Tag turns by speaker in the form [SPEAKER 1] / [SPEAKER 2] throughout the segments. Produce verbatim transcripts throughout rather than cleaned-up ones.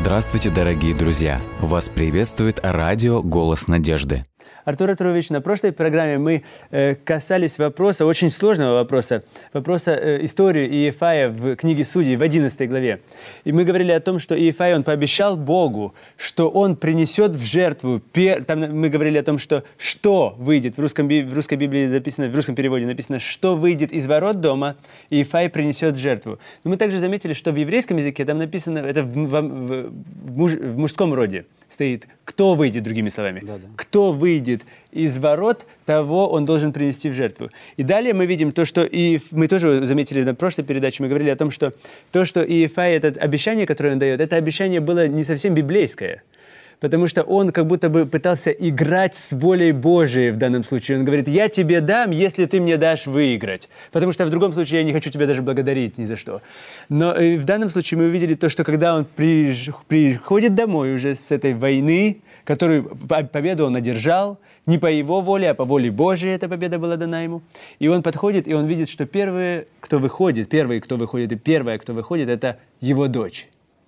[SPEAKER 1] Здравствуйте, дорогие друзья! Вас приветствует радио «Голос надежды».
[SPEAKER 2] Артур Артурович, на прошлой программе мы э, касались вопроса, очень сложного вопроса, вопроса э, истории Иефая в книге Судей в одиннадцатой главе. И мы говорили о том, что Иефай, он пообещал Богу, что он принесет в жертву, пер... там мы говорили о том, что что выйдет, в, русском, в русской Библии записано, в русском переводе написано, что выйдет из ворот дома, Иефай принесет в жертву. Но мы также заметили, что в еврейском языке там написано, это в, в, в, в, муж, в мужском роде стоит, кто выйдет, другими словами, да, да. Кто выйдет из ворот, того он должен принести в жертву. И далее мы видим то, что и мы тоже заметили на прошлой передаче, мы говорили о том, что то, что Иефай, это обещание, которое он дает, это обещание было не совсем библейское. Потому что он как будто бы пытался играть с волей Божией в данном случае. Он говорит, я тебе дам, если ты мне дашь выиграть. Потому что в другом случае я не хочу тебя даже благодарить ни за что. Но в данном случае мы увидели то, что когда он приходит домой уже с этой войны, которую победу он одержал, не по его воле, а по воле Божией эта победа была дана ему. И он подходит, и он видит, что первые, кто выходит, первые, кто выходит, и первая, кто выходит, это его дочь.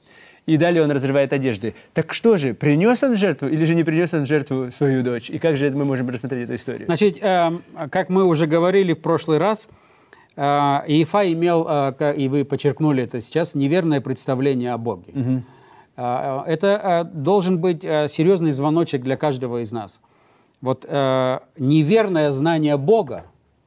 [SPEAKER 2] И далее он разрывает одежды. Так что же, принес он в жертву или же не принес он в жертву свою дочь? И как же мы можем рассмотреть эту историю?
[SPEAKER 3] Значит, э, как мы уже говорили в прошлый раз, э, Иефай имел, э, и вы подчеркнули это сейчас, неверное представление о Боге. Угу. Э, это э, должен быть э, серьезный звоночек для каждого из нас. Вот э, неверное знание Бога,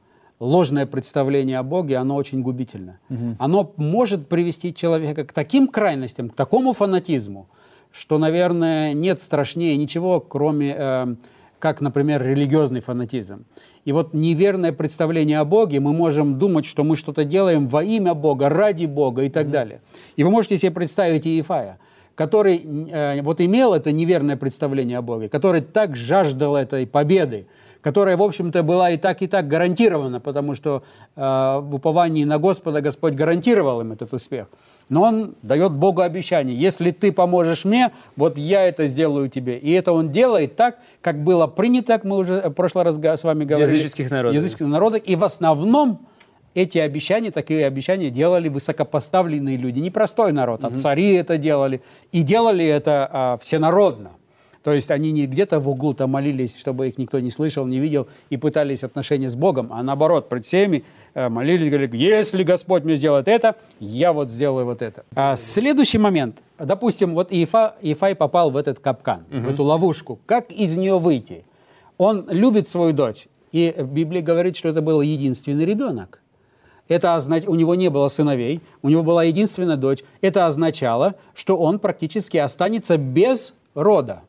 [SPEAKER 3] ложное представление о Боге, оно очень губительно. Угу. Оно может привести человека к таким крайностям, к такому фанатизму, что, наверное, нет страшнее ничего, кроме, э, как, например, религиозный фанатизм. И вот неверное представление о Боге, мы можем думать, что мы что-то делаем во имя Бога, ради Бога и так угу. далее. И вы можете себе представить Иефая, который э, вот имел это неверное представление о Боге, который так жаждал этой победы, которая, в общем-то, была и так, и так гарантирована, потому что э, в уповании на Господа Господь гарантировал им этот успех. Но Он дает Богу обещание, если ты поможешь мне, вот я это сделаю тебе. И это Он делает так, как было принято, как мы уже в прошлый раз с вами говорили.
[SPEAKER 2] Языческих народов.
[SPEAKER 3] Языческих народов. И в основном эти обещания, такие обещания делали высокопоставленные люди, не простой народ, mm-hmm. а цари это делали. И делали это а, всенародно. То есть они не где-то в углу там молились, чтобы их никто не слышал, не видел, и пытались отношения с Богом, а наоборот, пред всеми молились, говорили, если Господь мне сделает это, я вот сделаю вот это. А следующий момент, допустим, вот Иефай, Иефай попал в этот капкан, угу. в эту ловушку. Как из нее выйти? Он любит свою дочь, и Библия говорит, что это был единственный ребенок. Это означ... У него не было сыновей, у него была единственная дочь. Это означало, что он практически останется без рода.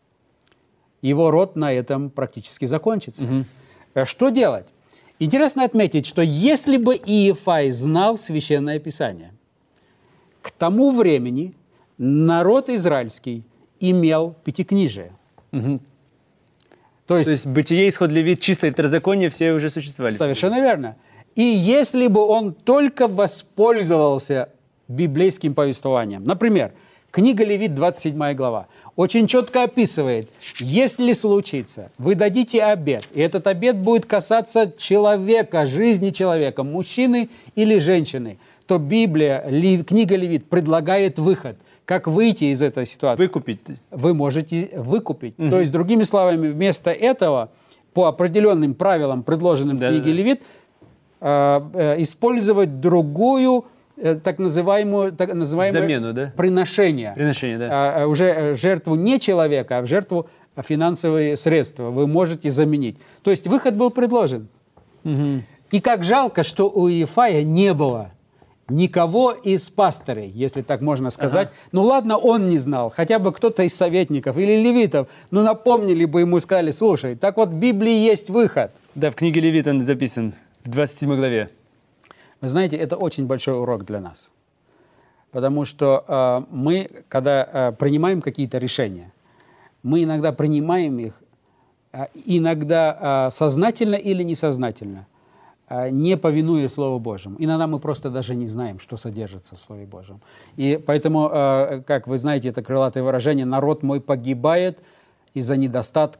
[SPEAKER 3] Его род на этом практически закончится. Угу. Что делать? Интересно отметить, что если бы Иефай знал Священное Писание, к тому времени народ израильский имел пятикнижие.
[SPEAKER 2] Угу. То есть, То есть Бытие, Исход, Левит, Числа и Второзаконие все уже существовали?
[SPEAKER 3] Совершенно верно. И если бы он только воспользовался библейским повествованием, например, книга Левит, двадцать седьмая глава, очень четко описывает, если случится, вы дадите обет, и этот обет будет касаться человека, жизни человека, мужчины или женщины, то Библия, Лев, книга Левит предлагает выход, как выйти из этой ситуации.
[SPEAKER 2] Выкупить.
[SPEAKER 3] Вы можете выкупить. Угу. То есть, другими словами, вместо этого, по определенным правилам, предложенным да, в книге да. Левит, э, э, использовать другую, так называемую, так называемое
[SPEAKER 2] замену, да?
[SPEAKER 3] приношение.
[SPEAKER 2] Приношение, да.
[SPEAKER 3] А, уже жертву не человека, а в жертву финансовые средства вы можете заменить. То есть выход был предложен. Угу. И как жалко, что у Иефая не было никого из пастырей, если так можно сказать. Ага. Ну ладно, он не знал, хотя бы кто-то из советников или левитов, ну напомнили бы ему, сказали, слушай, так вот в Библии есть выход.
[SPEAKER 2] Да, в книге Левит он записан, в двадцать седьмой главе.
[SPEAKER 3] Вы знаете, это очень большой урок для нас, потому что э, мы, когда э, принимаем какие-то решения, мы иногда принимаем их, э, иногда э, сознательно или несознательно, э, не повинуя Слову Божьему. Иногда мы просто даже не знаем, что содержится в Слове Божьем. И поэтому, э, как вы знаете, это крылатое выражение, народ мой погибает из-за недостатка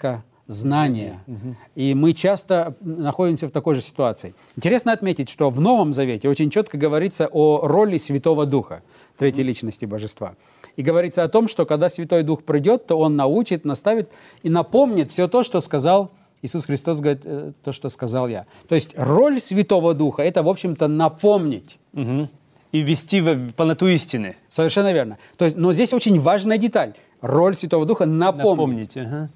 [SPEAKER 3] знания. Угу. И мы часто находимся в такой же ситуации. Интересно отметить, что в Новом Завете очень четко говорится о роли Святого Духа, третьей угу. личности Божества. И говорится о том, что когда Святой Дух придет, то Он научит, наставит и напомнит все то, что сказал Иисус Христос, говорит, то, что сказал я. То есть роль Святого Духа – это, в общем-то, напомнить.
[SPEAKER 2] Угу. И ввести в полноту истины.
[SPEAKER 3] Совершенно верно. То есть, но здесь очень важная деталь. Роль Святого Духа – напомнить.
[SPEAKER 2] Напомнить, ага.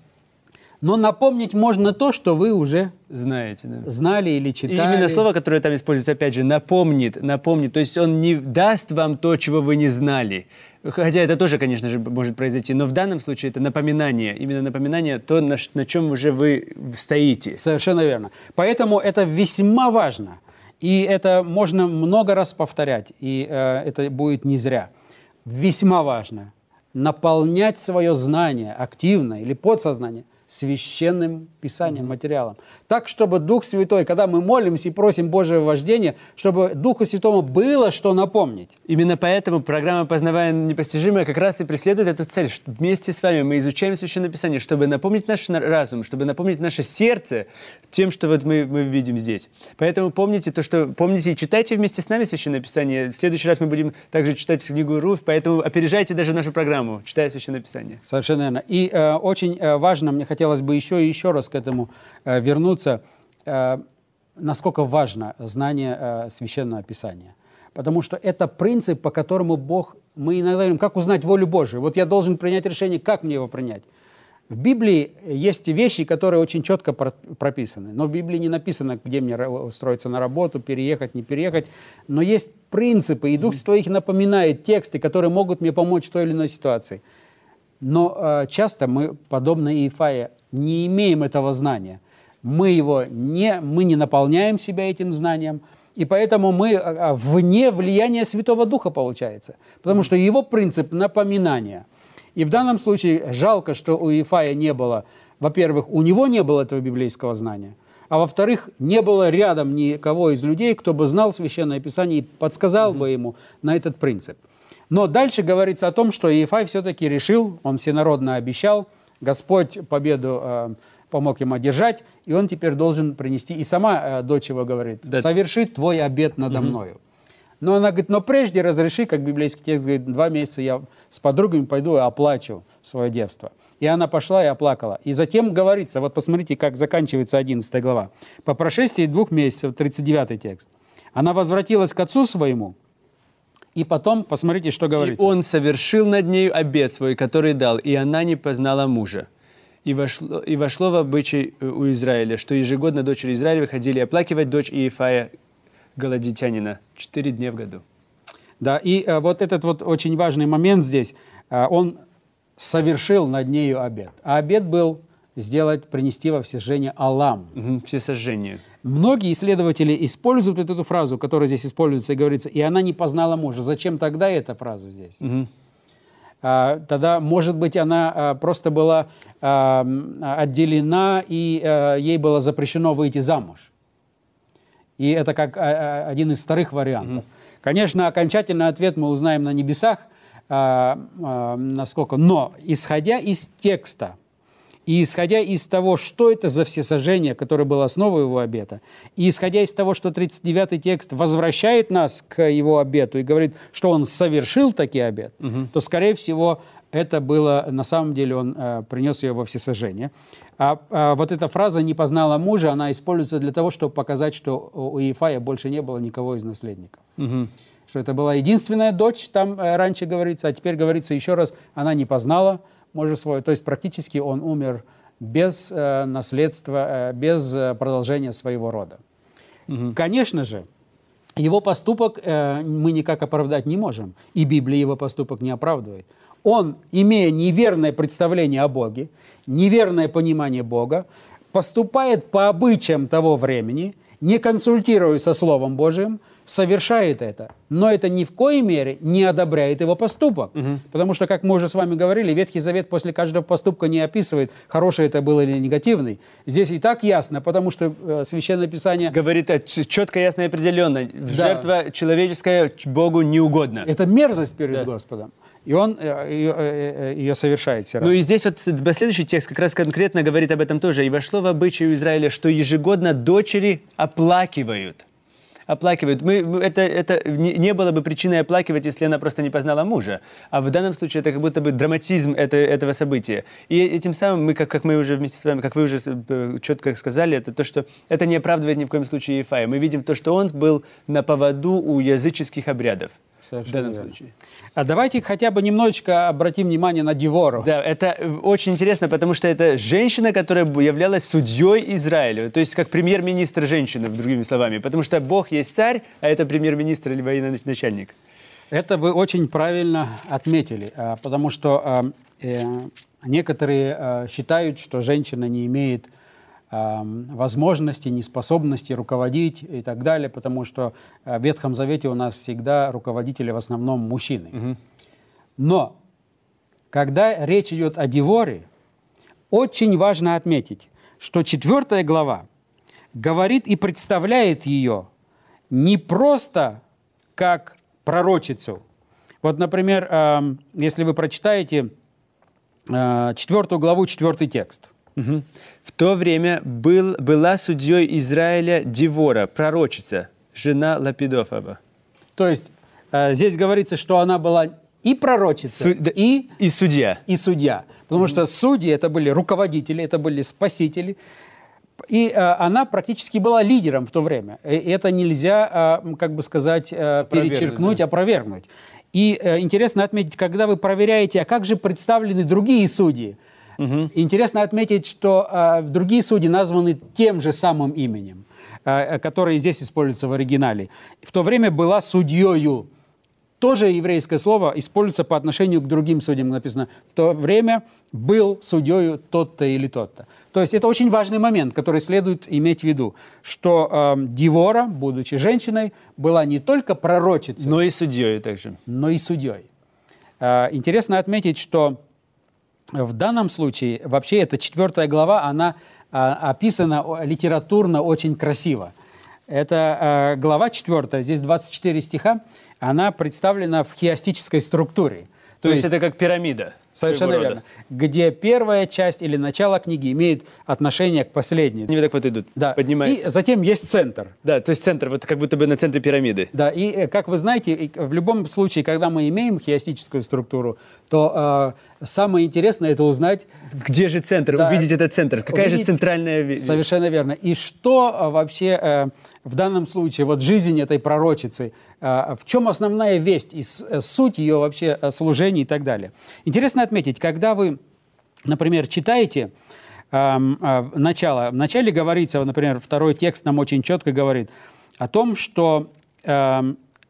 [SPEAKER 3] Но напомнить можно то, что вы уже
[SPEAKER 2] знаете, да.
[SPEAKER 3] знали или читали.
[SPEAKER 2] И именно слово, которое там используется, опять же, напомнит, напомнит. То есть он не даст вам то, чего вы не знали. Хотя это тоже, конечно же, может произойти. Но в данном случае это напоминание. Именно напоминание, то, на, на чем уже вы стоите.
[SPEAKER 3] Совершенно верно. Поэтому это весьма важно. И это можно много раз повторять. И э, это будет не зря. Весьма важно наполнять свое знание активно или подсознание священным Писанием, mm-hmm. материалом. Так, чтобы Дух Святой, когда мы молимся и просим Божьего вождения, чтобы Духу Святому было что напомнить.
[SPEAKER 2] Именно поэтому программа «Познавая непостижимое» как раз и преследует эту цель. Что вместе с вами мы изучаем Священное Писание, чтобы напомнить наш разум, чтобы напомнить наше сердце тем, что вот мы, мы видим здесь. Поэтому помните то, что помните и читайте вместе с нами Священное Писание. В следующий раз мы будем также читать книгу Руфь, поэтому опережайте даже нашу программу, читая Священное Писание.
[SPEAKER 3] Совершенно верно. И э, очень э, важно, мне хотелось бы еще и еще раз к этому э, вернуться, э, насколько важно знание э, Священного Писания. Потому что это принцип, по которому Бог, мы иногда говорим, как узнать волю Божию. Вот я должен принять решение, как мне его принять. В Библии есть вещи, которые очень четко прописаны. Но в Библии не написано, где мне устроиться на работу, переехать, не переехать. Но есть принципы, и Дух Святой их напоминает, тексты, которые могут мне помочь в той или иной ситуации. Но э, часто мы, подобно Иефае, не имеем этого знания. Мы его не, мы не наполняем себя этим знанием, и поэтому мы э, вне влияния Святого Духа получается. Потому что его принцип напоминания. И в данном случае жалко, что у Иефая не было, во-первых, у него не было этого библейского знания, а во-вторых, не было рядом никого из людей, кто бы знал Священное Писание и подсказал mm-hmm. бы ему на этот принцип. Но дальше говорится о том, что Иефай все-таки решил, он всенародно обещал, Господь победу э, помог ему одержать, и он теперь должен принести, и сама э, дочь его говорит, да. соверши твой обет надо угу. мною. Но она говорит, но прежде разреши, как библейский текст говорит, два месяца я с подругами пойду и оплачу свое девство. И она пошла и оплакала. И затем говорится, вот посмотрите, как заканчивается одиннадцатая глава. По прошествии двух месяцев, тридцать девятый текст, она возвратилась к отцу своему, и потом, посмотрите, что говорится.
[SPEAKER 2] И он совершил над нею обет свой, который дал, и она не познала мужа. И вошло, и вошло в обычай у Израиля, что ежегодно дочери Израиля выходили оплакивать дочь Иефая, голодитянина, четыре дня в году.
[SPEAKER 3] Да, и э, вот этот вот очень важный момент здесь, э, он совершил над нею обет. А обет был сделать, принести во всесожжение Алам.
[SPEAKER 2] Угу, всесожжение.
[SPEAKER 3] Многие исследователи используют вот эту фразу, которая здесь используется, и говорится, и она не познала мужа. Зачем тогда эта фраза здесь? Угу. А, тогда, может быть, она а, просто была а, отделена, и а, ей было запрещено выйти замуж. И это как а, один из вторых вариантов. Угу. Конечно, окончательный ответ мы узнаем на небесах, а, а, насколько. Но, исходя из текста, и исходя из того, что это за всесожжение, которое было основой его обета, и исходя из того, что тридцать девятый текст возвращает нас к его обету и говорит, что он совершил таки обет, угу. то, скорее всего, это было, на самом деле, он э, принес ее во всесожжение. А, а вот эта фраза «не познала мужа», она используется для того, чтобы показать, что у Иефая больше не было никого из наследников. Угу. Что это была единственная дочь, там э, раньше говорится, а теперь говорится еще раз, она не познала мужа своего. То есть практически он умер без э, наследства, э, без э, продолжения своего рода. Угу. Конечно же, его поступок э, мы никак оправдать не можем, и Библия его поступок не оправдывает. Он, имея неверное представление о Боге, неверное понимание Бога, поступает по обычаям того времени, не консультируясь со Словом Божиим, совершает это. Но это ни в коей мере не одобряет его поступок. Угу. Потому что, как мы уже с вами говорили, Ветхий Завет после каждого поступка не описывает, хороший это был или негативный. Здесь и так ясно, потому что э, Священное Писание...
[SPEAKER 2] Говорит четко, ясно и определенно. Да. Жертва человеческая Богу не угодна.
[SPEAKER 3] Это мерзость перед да. Господом. И он э, ее, э, ее совершает все равно.
[SPEAKER 2] Ну и здесь вот последующий текст как раз конкретно говорит об этом тоже. «И вошло в обычай у Израиля, что ежегодно дочери оплакивают». Оплакивают. Мы, это это не, не было бы причиной оплакивать, если она просто не познала мужа. А в данном случае это как будто бы драматизм это, этого события. И этим самым мы, как, как мы уже вместе с вами, как вы уже четко сказали, это то, что это не оправдывает ни в коем случае Иефая. Мы видим то, что он был на поводу у языческих обрядов.
[SPEAKER 3] Совершенно
[SPEAKER 2] в данном
[SPEAKER 3] верно.
[SPEAKER 2] случае.
[SPEAKER 3] А давайте хотя бы немножечко обратим внимание на Девору.
[SPEAKER 2] Да, это очень интересно, потому что это женщина, которая являлась судьей Израиля, то есть как премьер-министр женщины, другими словами, потому что Бог есть царь, а это премьер-министр или военачальник. Это
[SPEAKER 3] вы очень правильно отметили, потому что некоторые считают, что женщина не имеет возможности, неспособности руководить и так далее, потому что в Ветхом Завете у нас всегда руководители в основном мужчины. Угу. Но когда речь идет о Деворе, очень важно отметить, что четвертая глава говорит и представляет ее не просто как пророчицу. Вот, например, если вы прочитаете четвертую главу, четвертый текст.
[SPEAKER 2] Угу. В то время был, была судьей Израиля Девора, пророчица, жена Лапидофова.
[SPEAKER 3] То есть э, здесь говорится, что она была и пророчица, Су и,
[SPEAKER 2] и судья.
[SPEAKER 3] И судья. Потому угу. что судьи это были руководители, это были спасители. И э, она практически была лидером в то время. И это нельзя, э, как бы сказать, э, перечеркнуть, да. опровергнуть. И э, интересно отметить, когда вы проверяете, а как же представлены другие судьи, Угу. интересно отметить, что э, другие судьи названы тем же самым именем, э, которое здесь используется в оригинале. В то время была судьёю. Тоже еврейское слово используется по отношению к другим судьям. Написано, в то время был судьёю тот-то или тот-то. То есть это очень важный момент, который следует иметь в виду, что э, Девора, будучи женщиной, была не только пророчицей,
[SPEAKER 2] но и судьёю также.
[SPEAKER 3] Но и судьей. Э, интересно отметить, что в данном случае, вообще, эта четвертая глава, она а, описана литературно очень красиво. Это а, глава четвертая, здесь двадцать четыре стиха, она представлена в хиастической структуре.
[SPEAKER 2] То, То есть, есть это как пирамида.
[SPEAKER 3] Совершенно верно. Где первая часть или начало книги имеет отношение к последней.
[SPEAKER 2] Они вот так вот идут,
[SPEAKER 3] да.
[SPEAKER 2] поднимаются.
[SPEAKER 3] И затем есть центр.
[SPEAKER 2] Да, то есть центр, вот как будто бы на центре пирамиды.
[SPEAKER 3] Да, и как вы знаете, в любом случае, когда мы имеем хиастическую структуру, то э, самое интересное это узнать...
[SPEAKER 2] Где же центр? Да, увидеть этот центр. Какая увидеть... же центральная вещь?
[SPEAKER 3] Совершенно верно. И что э, вообще э, в данном случае, вот жизнь этой пророчицы, э, в чем основная весть и э, суть ее вообще э, служения и так далее. Интересно отметить, когда вы, например, читаете э, э, начало, в начале говорится, например, второй текст нам очень четко говорит о том, что э,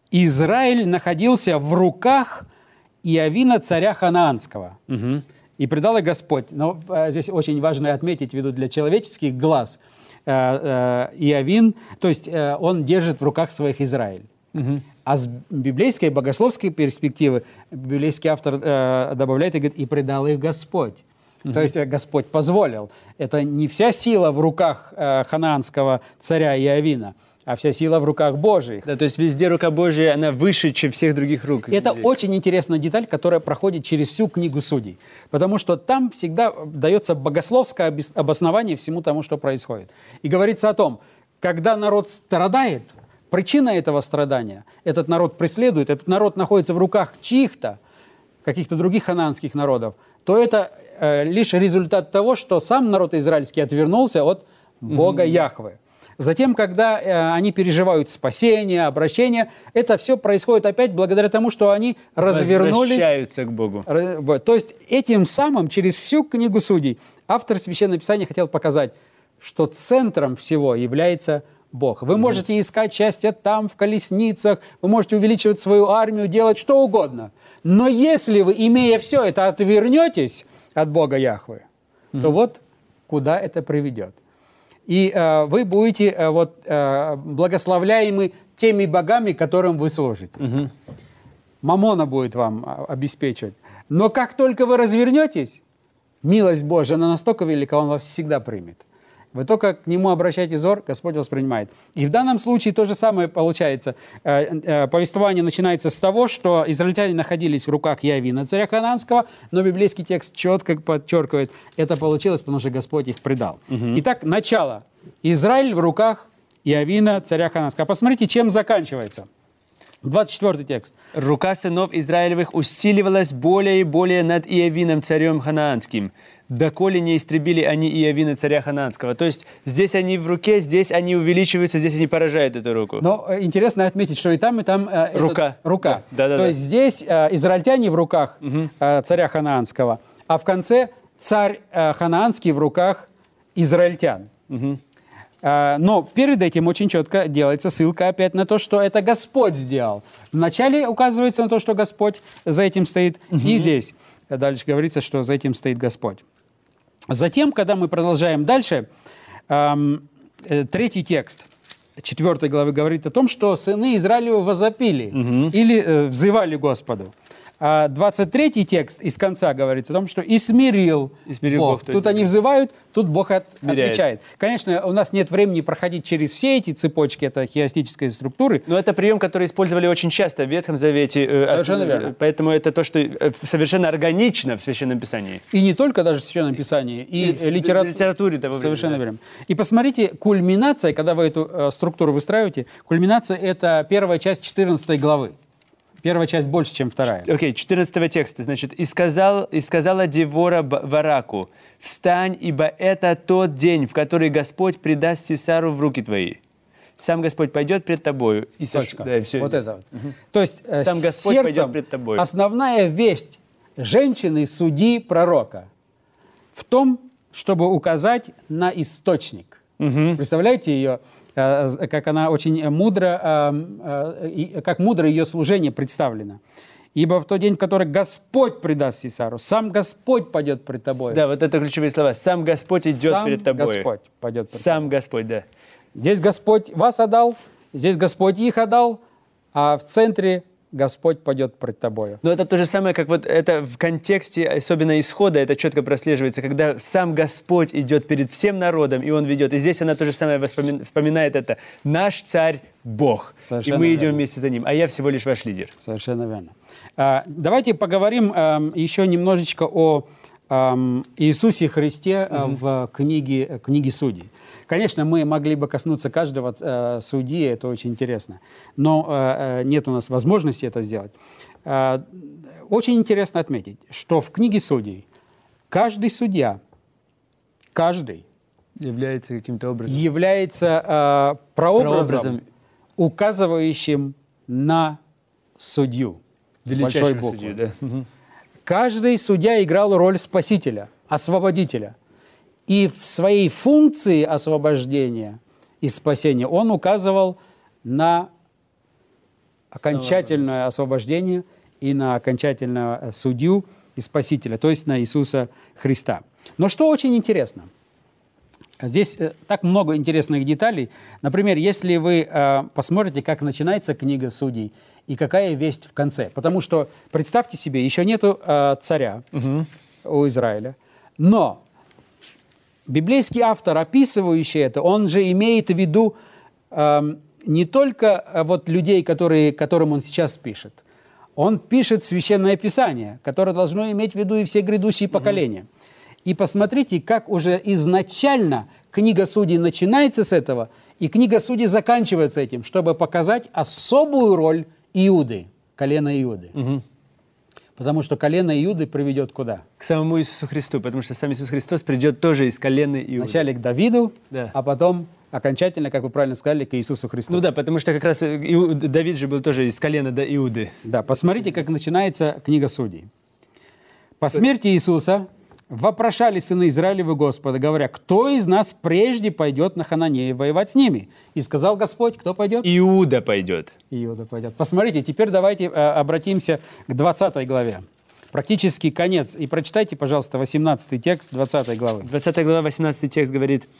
[SPEAKER 3] Израиль находился в руках Иовина, царя Ханаанского. Угу. И предал их Господь. Но э, здесь очень важно отметить, ввиду для человеческих глаз, э, э, Иовин, то есть э, он держит в руках своих Израиль. Угу. А с библейской, богословской перспективы библейский автор э, добавляет и говорит, и предал их Господь. Угу. То есть э, Господь позволил. Это не вся сила в руках э, ханаанского царя Иовина, а вся сила в руках Божьих.
[SPEAKER 2] Да, то есть везде рука Божья, она выше, чем всех других рук.
[SPEAKER 3] И это очень интересная деталь, которая проходит через всю книгу Судей. Потому что там всегда дается богословское обоснование всему тому, что происходит. И говорится о том, когда народ страдает, причина этого страдания, этот народ преследует, этот народ находится в руках чьих-то, каких-то других ханаанских народов, то это э, лишь результат того, что сам народ израильский отвернулся от Бога mm-hmm. Яхве. Затем, когда э, они переживают спасение, обращение, это все происходит опять благодаря тому, что они развернулись.
[SPEAKER 2] Возвращаются к Богу.
[SPEAKER 3] То есть этим самым, через всю книгу Судей, автор Священного Писания хотел показать, что центром всего является Бог. Вы mm-hmm. можете искать счастье там, в колесницах, вы можете увеличивать свою армию, делать что угодно. Но если вы, имея все это, отвернетесь от Бога Яхве, mm-hmm. то вот куда это приведет. И э, вы будете э, вот, э, благословляемы теми богами, которым вы служите. Угу. Мамона будет вам обеспечивать. Но как только вы развернетесь, милость Божья, она настолько велика, Он вас всегда примет. Вы только к Нему обращайте взор, Господь вас принимает. И в данном случае то же самое получается. Повествование начинается с того, что израильтяне находились в руках Иовина, царя Ханаанского, но библейский текст четко подчеркивает, это получилось, потому что Господь их предал. Угу. Итак, начало. Израиль в руках Иовина, царя Ханаанского. Посмотрите, чем заканчивается. двадцать четвёртый текст.
[SPEAKER 2] «Рука сынов Израилевых усиливалась более и более над Иовином, царем Ханаанским, доколе не истребили они Иовина, царя Ханаанского». То есть здесь они в руке, здесь они увеличиваются, здесь они поражают эту руку.
[SPEAKER 3] Но э, интересно отметить, что и там, и там... Э,
[SPEAKER 2] рука.
[SPEAKER 3] Этот, рука.
[SPEAKER 2] Да, да,
[SPEAKER 3] То
[SPEAKER 2] да.
[SPEAKER 3] есть здесь э, израильтяне в руках
[SPEAKER 2] угу.
[SPEAKER 3] э, царя Ханаанского, а в конце царь э, Ханаанский в руках израильтян.
[SPEAKER 2] Угу.
[SPEAKER 3] Но перед этим очень четко делается ссылка опять на то, что это Господь сделал. Вначале указывается на то, что Господь за этим стоит, угу. и здесь дальше говорится, что за этим стоит Господь. Затем, когда мы продолжаем дальше, эм, третий текст четвёртой главы говорит о том, что сыны Израилева возопили угу. или э, взывали Господу. А двадцать третий текст из конца говорит о том, что «и смирил,
[SPEAKER 2] и смирил
[SPEAKER 3] Бог».
[SPEAKER 2] Бог.
[SPEAKER 3] Тут они взывают, тут Бог от,
[SPEAKER 2] Смиряет.
[SPEAKER 3] отвечает. Конечно, у нас нет времени проходить через все эти цепочки, это хиастической структуры.
[SPEAKER 2] Но это прием, который использовали очень часто в Ветхом Завете.
[SPEAKER 3] Совершенно верно.
[SPEAKER 2] Поэтому это то, что совершенно органично в Священном Писании.
[SPEAKER 3] И не только даже в Священном Писании, и, и литера...
[SPEAKER 2] в литературе того времени.
[SPEAKER 3] Совершенно верно. И посмотрите, кульминация, когда вы эту э, структуру выстраиваете, кульминация – это первая часть четырнадцатой главы. Первая часть больше, чем вторая.
[SPEAKER 2] Окей, okay, четырнадцатого текста, значит, «И, сказал, «И сказала Девора Вараку, встань, ибо это тот день, в который Господь предаст Сисару в руки твои. Сам Господь пойдет пред тобою». И сош... да, все
[SPEAKER 3] вот
[SPEAKER 2] здесь.
[SPEAKER 3] это вот. Угу. То есть
[SPEAKER 2] сам Господь
[SPEAKER 3] сердцем
[SPEAKER 2] пойдет пред тобою.
[SPEAKER 3] Основная весть женщины, судьи, пророка в том, чтобы указать на источник. Угу. Представляете ее? Как она очень мудро, как мудро ее служение представлено. «Ибо в тот день, в который Господь предаст Сисару, сам Господь пойдет пред тобой».
[SPEAKER 2] Да, вот это ключевые слова. «Сам Господь идет
[SPEAKER 3] сам
[SPEAKER 2] перед тобой».
[SPEAKER 3] Господь пойдет пред
[SPEAKER 2] Сам
[SPEAKER 3] тобой.
[SPEAKER 2] Господь, да.
[SPEAKER 3] Здесь Господь вас отдал, здесь Господь их отдал, а в центре Господь пойдет пред тобою.
[SPEAKER 2] Но это то же самое, как вот это в контексте, особенно исхода, это четко прослеживается, когда сам Господь идет перед всем народом, и Он ведет. И здесь она то же самое вспомин, вспоминает это. Наш царь Бог.
[SPEAKER 3] Совершенно
[SPEAKER 2] и мы идем
[SPEAKER 3] верно.
[SPEAKER 2] Вместе за Ним, а я всего лишь ваш лидер.
[SPEAKER 3] Совершенно верно. А, давайте поговорим а, еще немножечко о а, Иисусе Христе а, в книге, книге Судей. Конечно, мы могли бы коснуться каждого э, судьи, это очень интересно, но э, нет у нас возможности это сделать. Э, очень интересно отметить, что в книге Судей каждый судья, каждый
[SPEAKER 2] является каким-то образом,
[SPEAKER 3] является э, прообразом,
[SPEAKER 2] прообразом,
[SPEAKER 3] указывающим на судью.
[SPEAKER 2] Величайшего судью, да.
[SPEAKER 3] Каждый судья играл роль спасителя, освободителя. И в своей функции освобождения и спасения он указывал на окончательное освобождение и на окончательного судью и спасителя, то есть на Иисуса Христа. Но что очень интересно, здесь э, так много интересных деталей. Например, если вы э, посмотрите, как начинается книга Судей и какая весть в конце. Потому что, представьте себе, еще нету э, царя угу. у Израиля, но библейский автор, описывающий это, он же имеет в виду э, не только э, вот людей, которые, которым он сейчас пишет. Он пишет Священное Писание, которое должно иметь в виду и все грядущие поколения. Mm-hmm. И посмотрите, как уже изначально книга Судей начинается с этого, и книга Судей заканчивается этим, чтобы показать особую роль Иуды, колена Иуды. Mm-hmm. Потому что колено Иуды приведет куда?
[SPEAKER 2] К самому Иисусу Христу, потому что сам Иисус Христос придет тоже из колена Иуды.
[SPEAKER 3] Вначале к Давиду,
[SPEAKER 2] да.
[SPEAKER 3] а потом окончательно, как вы правильно сказали, к Иисусу Христу.
[SPEAKER 2] Ну да, потому что как раз Иу... Давид же был тоже из колена Иуды.
[SPEAKER 3] Да, посмотрите, как начинается книга Судей. «По смерти Иисуса вопрошали сыны Израилевы Господа, говоря, кто из нас прежде пойдет на Хананея воевать с ними? И сказал Господь, кто пойдет?
[SPEAKER 2] Иуда пойдет.
[SPEAKER 3] Иуда пойдет. Посмотрите, теперь давайте э, обратимся к двадцатой главе. Практически конец. И прочитайте, пожалуйста, восемнадцатый текст двадцатой главы.
[SPEAKER 2] двадцатая глава, восемнадцатый текст говорит: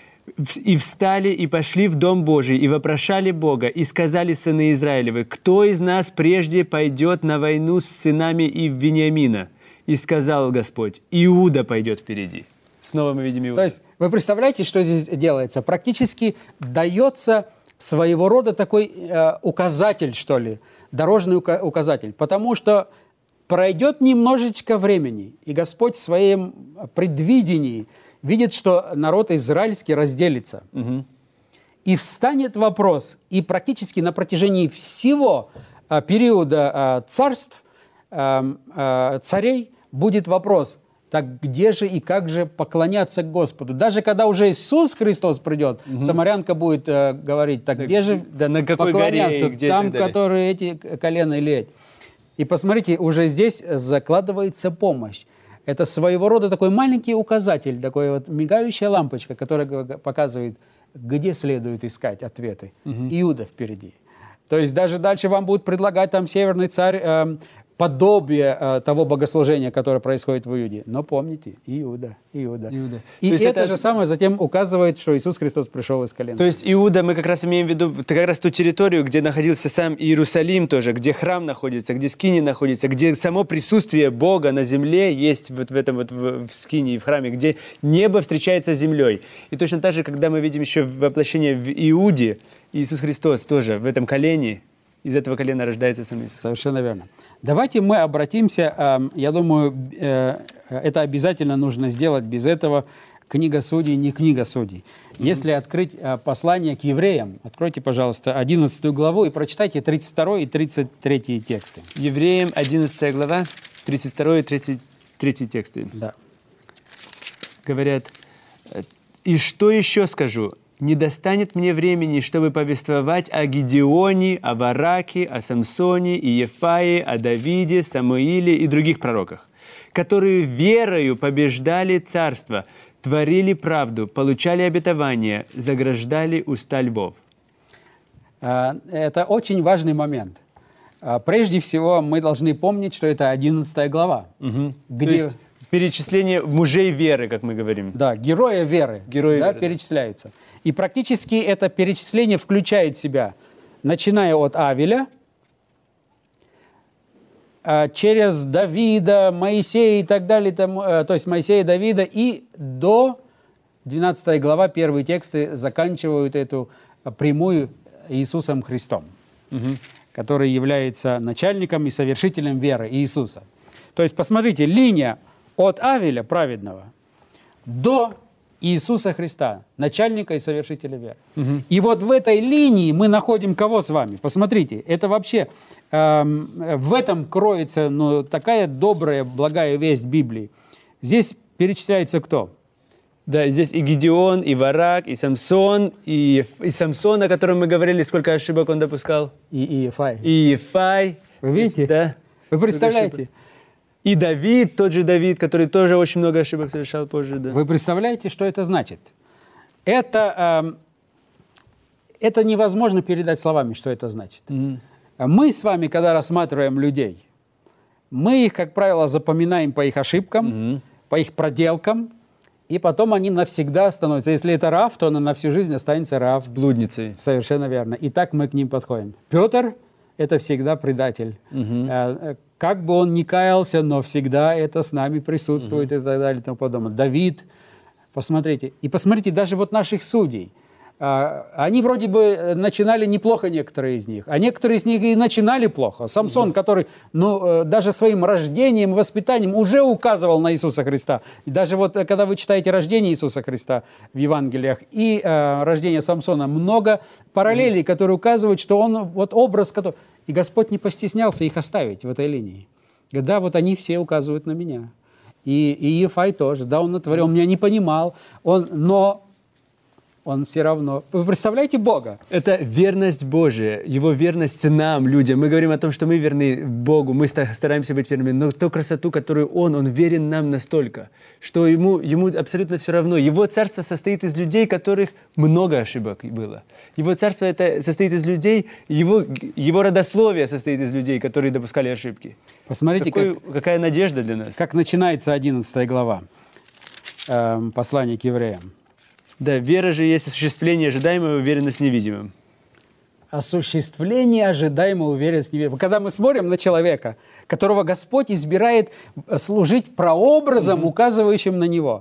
[SPEAKER 2] «И встали, и пошли в Дом Божий, и вопрошали Бога, и сказали сыны Израилевы, кто из нас прежде пойдет на войну с сынами и Вениамина? И сказал Господь, Иуда пойдет впереди». снова мы видим Иуду.
[SPEAKER 3] То есть вы представляете, что здесь делается? Практически дается своего рода такой э, указатель, что ли, дорожный ука- указатель. Потому что пройдет немножечко времени, и Господь в своем предвидении видит, что народ израильский разделится.
[SPEAKER 2] Угу.
[SPEAKER 3] И встанет вопрос, и практически на протяжении всего э, периода э, царств, э, э, царей, будет вопрос, так где же и как же поклоняться Господу? Даже когда уже Иисус Христос придет, угу. самарянка будет э, говорить, так, так где же
[SPEAKER 2] да, на какой
[SPEAKER 3] поклоняться?
[SPEAKER 2] Горе, где
[SPEAKER 3] там, которые эти колена леть. И посмотрите, уже здесь закладывается помощь. Это своего рода такой маленький указатель, такой вот мигающая лампочка, которая показывает, где следует искать ответы. Угу. Иуда впереди. То есть даже дальше вам будут предлагать там северный царь э, подобие э, того богослужения, которое происходит в Иуде. Но помните, Иуда, Иуда.
[SPEAKER 2] Иуда.
[SPEAKER 3] И это,
[SPEAKER 2] это
[SPEAKER 3] же самое затем указывает, что Иисус Христос пришел из колена.
[SPEAKER 2] То есть Иуда, мы как раз имеем в виду как раз ту территорию, где находился сам Иерусалим тоже, где храм находится, где скиния находится, где само присутствие Бога на земле есть вот в этом вот в, в скинии, в храме, где небо встречается с землей. И точно так же, когда мы видим еще воплощение в Иуде, Иисус Христос тоже в этом колене, из этого колена рождается сам Иисус.
[SPEAKER 3] Совершенно верно. Давайте мы обратимся, я думаю, это обязательно нужно сделать, без этого книга Судей не книга Судей. Mm-hmm. Если открыть послание к евреям, откройте, пожалуйста, одиннадцатую главу и прочитайте тридцать второй и тридцать третий тексты.
[SPEAKER 2] Евреям одиннадцатая глава, тридцать второй и тридцать третий тексты.
[SPEAKER 3] Да.
[SPEAKER 2] Говорят, и что еще скажу? Не достанет мне времени, чтобы повествовать о Гидеоне, о Вараке, о Самсоне и Ефае, о Давиде, Самуиле и других пророках, которые верою побеждали царство, творили правду, получали обетование, заграждали уста львов.
[SPEAKER 3] Это очень важный момент. Прежде всего, мы должны помнить, что это одиннадцатая глава.
[SPEAKER 2] Угу.
[SPEAKER 3] Где...
[SPEAKER 2] То есть перечисление мужей веры, как мы говорим.
[SPEAKER 3] Да, героя веры,
[SPEAKER 2] Герои
[SPEAKER 3] да,
[SPEAKER 2] веры,
[SPEAKER 3] перечисляются. И практически это перечисление включает в себя, начиная от Авеля, через Давида, Моисея и так далее, там, то есть Моисея, Давида, и до двенадцатой глава, первые тексты заканчивают эту прямую Иисусом Христом, угу. который является начальником и совершителем веры Иисуса. То есть, посмотрите, линия от Авеля праведного до Иисуса Христа, начальника и совершителя веры. Угу. И вот в этой линии мы находим кого с вами? Посмотрите, это вообще, э, в этом кроется ну, такая добрая, благая весть Библии. Здесь перечисляется кто?
[SPEAKER 2] Да, здесь и Гидеон, и Варак, и Самсон, и, и Самсон, о котором мы говорили, сколько ошибок он допускал.
[SPEAKER 3] И, и Ефай.
[SPEAKER 2] И Ефай.
[SPEAKER 3] Вы видите?
[SPEAKER 2] Да.
[SPEAKER 3] Вы представляете?
[SPEAKER 2] И Давид, тот же Давид, который тоже очень много ошибок совершал позже. Да.
[SPEAKER 3] Вы представляете, что это значит? Это, э, это невозможно передать словами, что это значит. Mm-hmm. Мы с вами, когда рассматриваем людей, мы их, как правило, запоминаем по их ошибкам, mm-hmm. по их проделкам, и потом они навсегда становятся. Если это Рав, то он на всю жизнь останется Рав.
[SPEAKER 2] Блудницей.
[SPEAKER 3] Совершенно верно. И так мы к ним подходим. Петр – это всегда предатель. Mm-hmm. Как бы он ни каялся, но всегда это с нами присутствует mm-hmm. и так далее и тому подобное. Давид, посмотрите. И посмотрите, даже вот наших судей. Они вроде бы начинали неплохо, некоторые из них, а некоторые из них и начинали плохо. Самсон, mm-hmm. который ну, даже своим рождением, воспитанием уже указывал на Иисуса Христа. И даже вот когда вы читаете рождение Иисуса Христа в Евангелиях и э, рождение Самсона, много параллелей, mm-hmm. которые указывают, что он вот образ, который... И Господь не постеснялся их оставить в этой линии. Говорит, да, вот они все указывают на меня. И, и Ефай тоже, да, он натворил, он меня не понимал, он, но... Он все равно. Вы представляете Бога?
[SPEAKER 2] Это верность Божия, Его верность нам, людям. Мы говорим о том, что мы верны Богу, мы стараемся быть верными, но ту красоту, которую Он, Он верен нам настолько, что Ему, ему абсолютно все равно. Его царство состоит из людей, которых много ошибок было. Его царство это состоит из людей, Его, его родословие состоит из людей, которые допускали ошибки.
[SPEAKER 3] Посмотрите,
[SPEAKER 2] Какой,
[SPEAKER 3] как,
[SPEAKER 2] какая надежда для нас.
[SPEAKER 3] Как начинается одиннадцатая глава э, послания к евреям.
[SPEAKER 2] Да, вера же есть осуществление ожидаемого, уверенность в невидимом.
[SPEAKER 3] Осуществление ожидаемого, уверенность в невидимом. Когда мы смотрим на человека, которого Господь избирает служить прообразом, mm-hmm. указывающим на Него,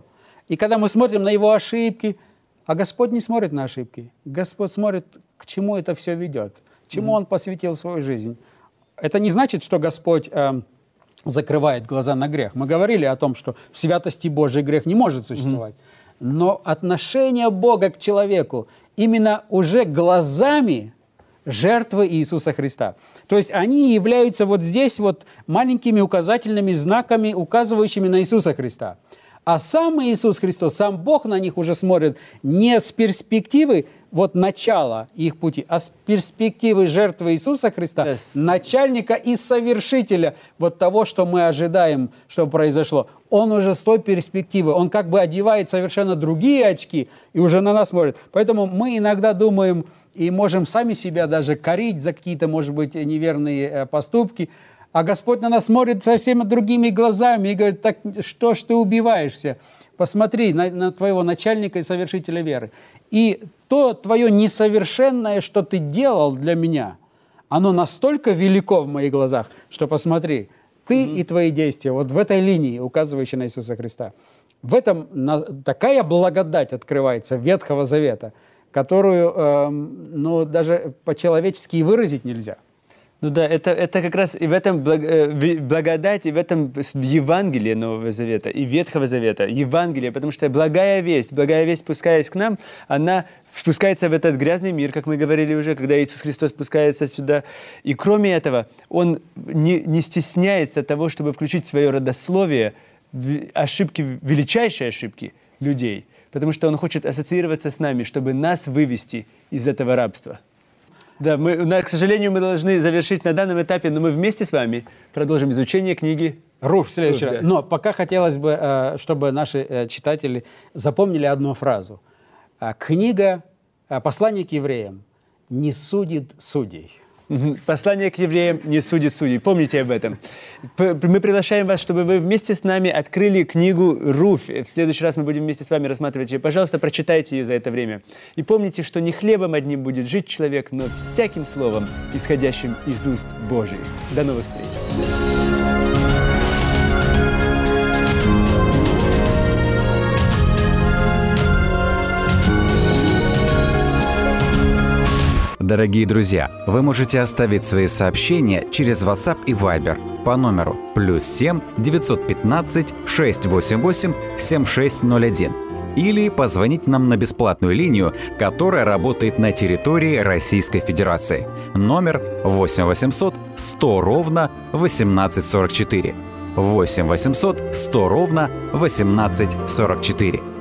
[SPEAKER 3] И когда мы смотрим на его ошибки, а Господь не смотрит на ошибки. Господь смотрит, к чему это все ведет, чему mm-hmm. Он посвятил свою жизнь. Это не значит, что Господь э, закрывает глаза на грех. Мы говорили о том, что в святости Божией грех не может существовать. Mm-hmm. Но отношение Бога к человеку именно уже глазами жертвы Иисуса Христа. То есть они являются вот здесь вот маленькими указательными знаками, указывающими на Иисуса Христа. А сам Иисус Христос, сам Бог на них уже смотрит не с перспективы вот начала их пути, а с перспективы жертвы Иисуса Христа, yes. начальника и совершителя вот того, что мы ожидаем, что произошло. Он уже с той перспективы, он как бы одевает совершенно другие очки и уже на нас смотрит. Поэтому мы иногда думаем и можем сами себя даже корить за какие-то, может быть, неверные поступки, а Господь на нас смотрит совсем другими глазами и говорит: так что ж ты убиваешься? Посмотри на, на твоего начальника и совершителя веры. И то твое несовершенное, что ты делал для меня, оно настолько велико в моих глазах, что посмотри, ты mm-hmm. и твои действия, вот в этой линии, указывающей на Иисуса Христа, в этом на, такая благодать открывается Ветхого Завета, которую э, ну, даже по-человечески и выразить нельзя.
[SPEAKER 2] Ну да, это, это как раз и в этом благодать, и в этом Евангелии Нового Завета, и Ветхого Завета, Евангелие, потому что благая весть, благая весть, спускаясь к нам, она спускается в этот грязный мир, как мы говорили уже, когда Иисус Христос спускается сюда. И кроме этого, Он не, не стесняется того, чтобы включить в свое родословие ошибки, величайшие ошибки людей, потому что Он хочет ассоциироваться с нами, чтобы нас вывести из этого рабства. Да, мы, к сожалению, мы должны завершить на данном этапе, но мы вместе с вами продолжим изучение книги
[SPEAKER 3] Руфь в следующий
[SPEAKER 2] Руфь,
[SPEAKER 3] раз.
[SPEAKER 2] да.
[SPEAKER 3] Но пока хотелось бы, чтобы наши читатели запомнили одну фразу. Книга «Послание к евреям» не судит судей.
[SPEAKER 2] Послание к евреям не судит судей. Помните об этом. Мы приглашаем вас, чтобы вы вместе с нами открыли книгу Руфь. В следующий раз мы будем вместе с вами рассматривать ее. Пожалуйста, прочитайте ее за это время. И помните, что не хлебом одним будет жить человек, но всяким словом, исходящим из уст Божьих. До новых встреч.
[SPEAKER 1] Дорогие друзья, вы можете оставить свои сообщения через WhatsApp и Viber по номеру плюс семь девятьсот пятнадцать шестьсот восемьдесят восемь семьдесят шесть ноль один или позвонить нам на бесплатную линию, которая работает на территории Российской Федерации. Номер восемь восемьсот сто ровно восемнадцать сорок четыре. восемь восемьсот сто ровно восемнадцать сорок четыре.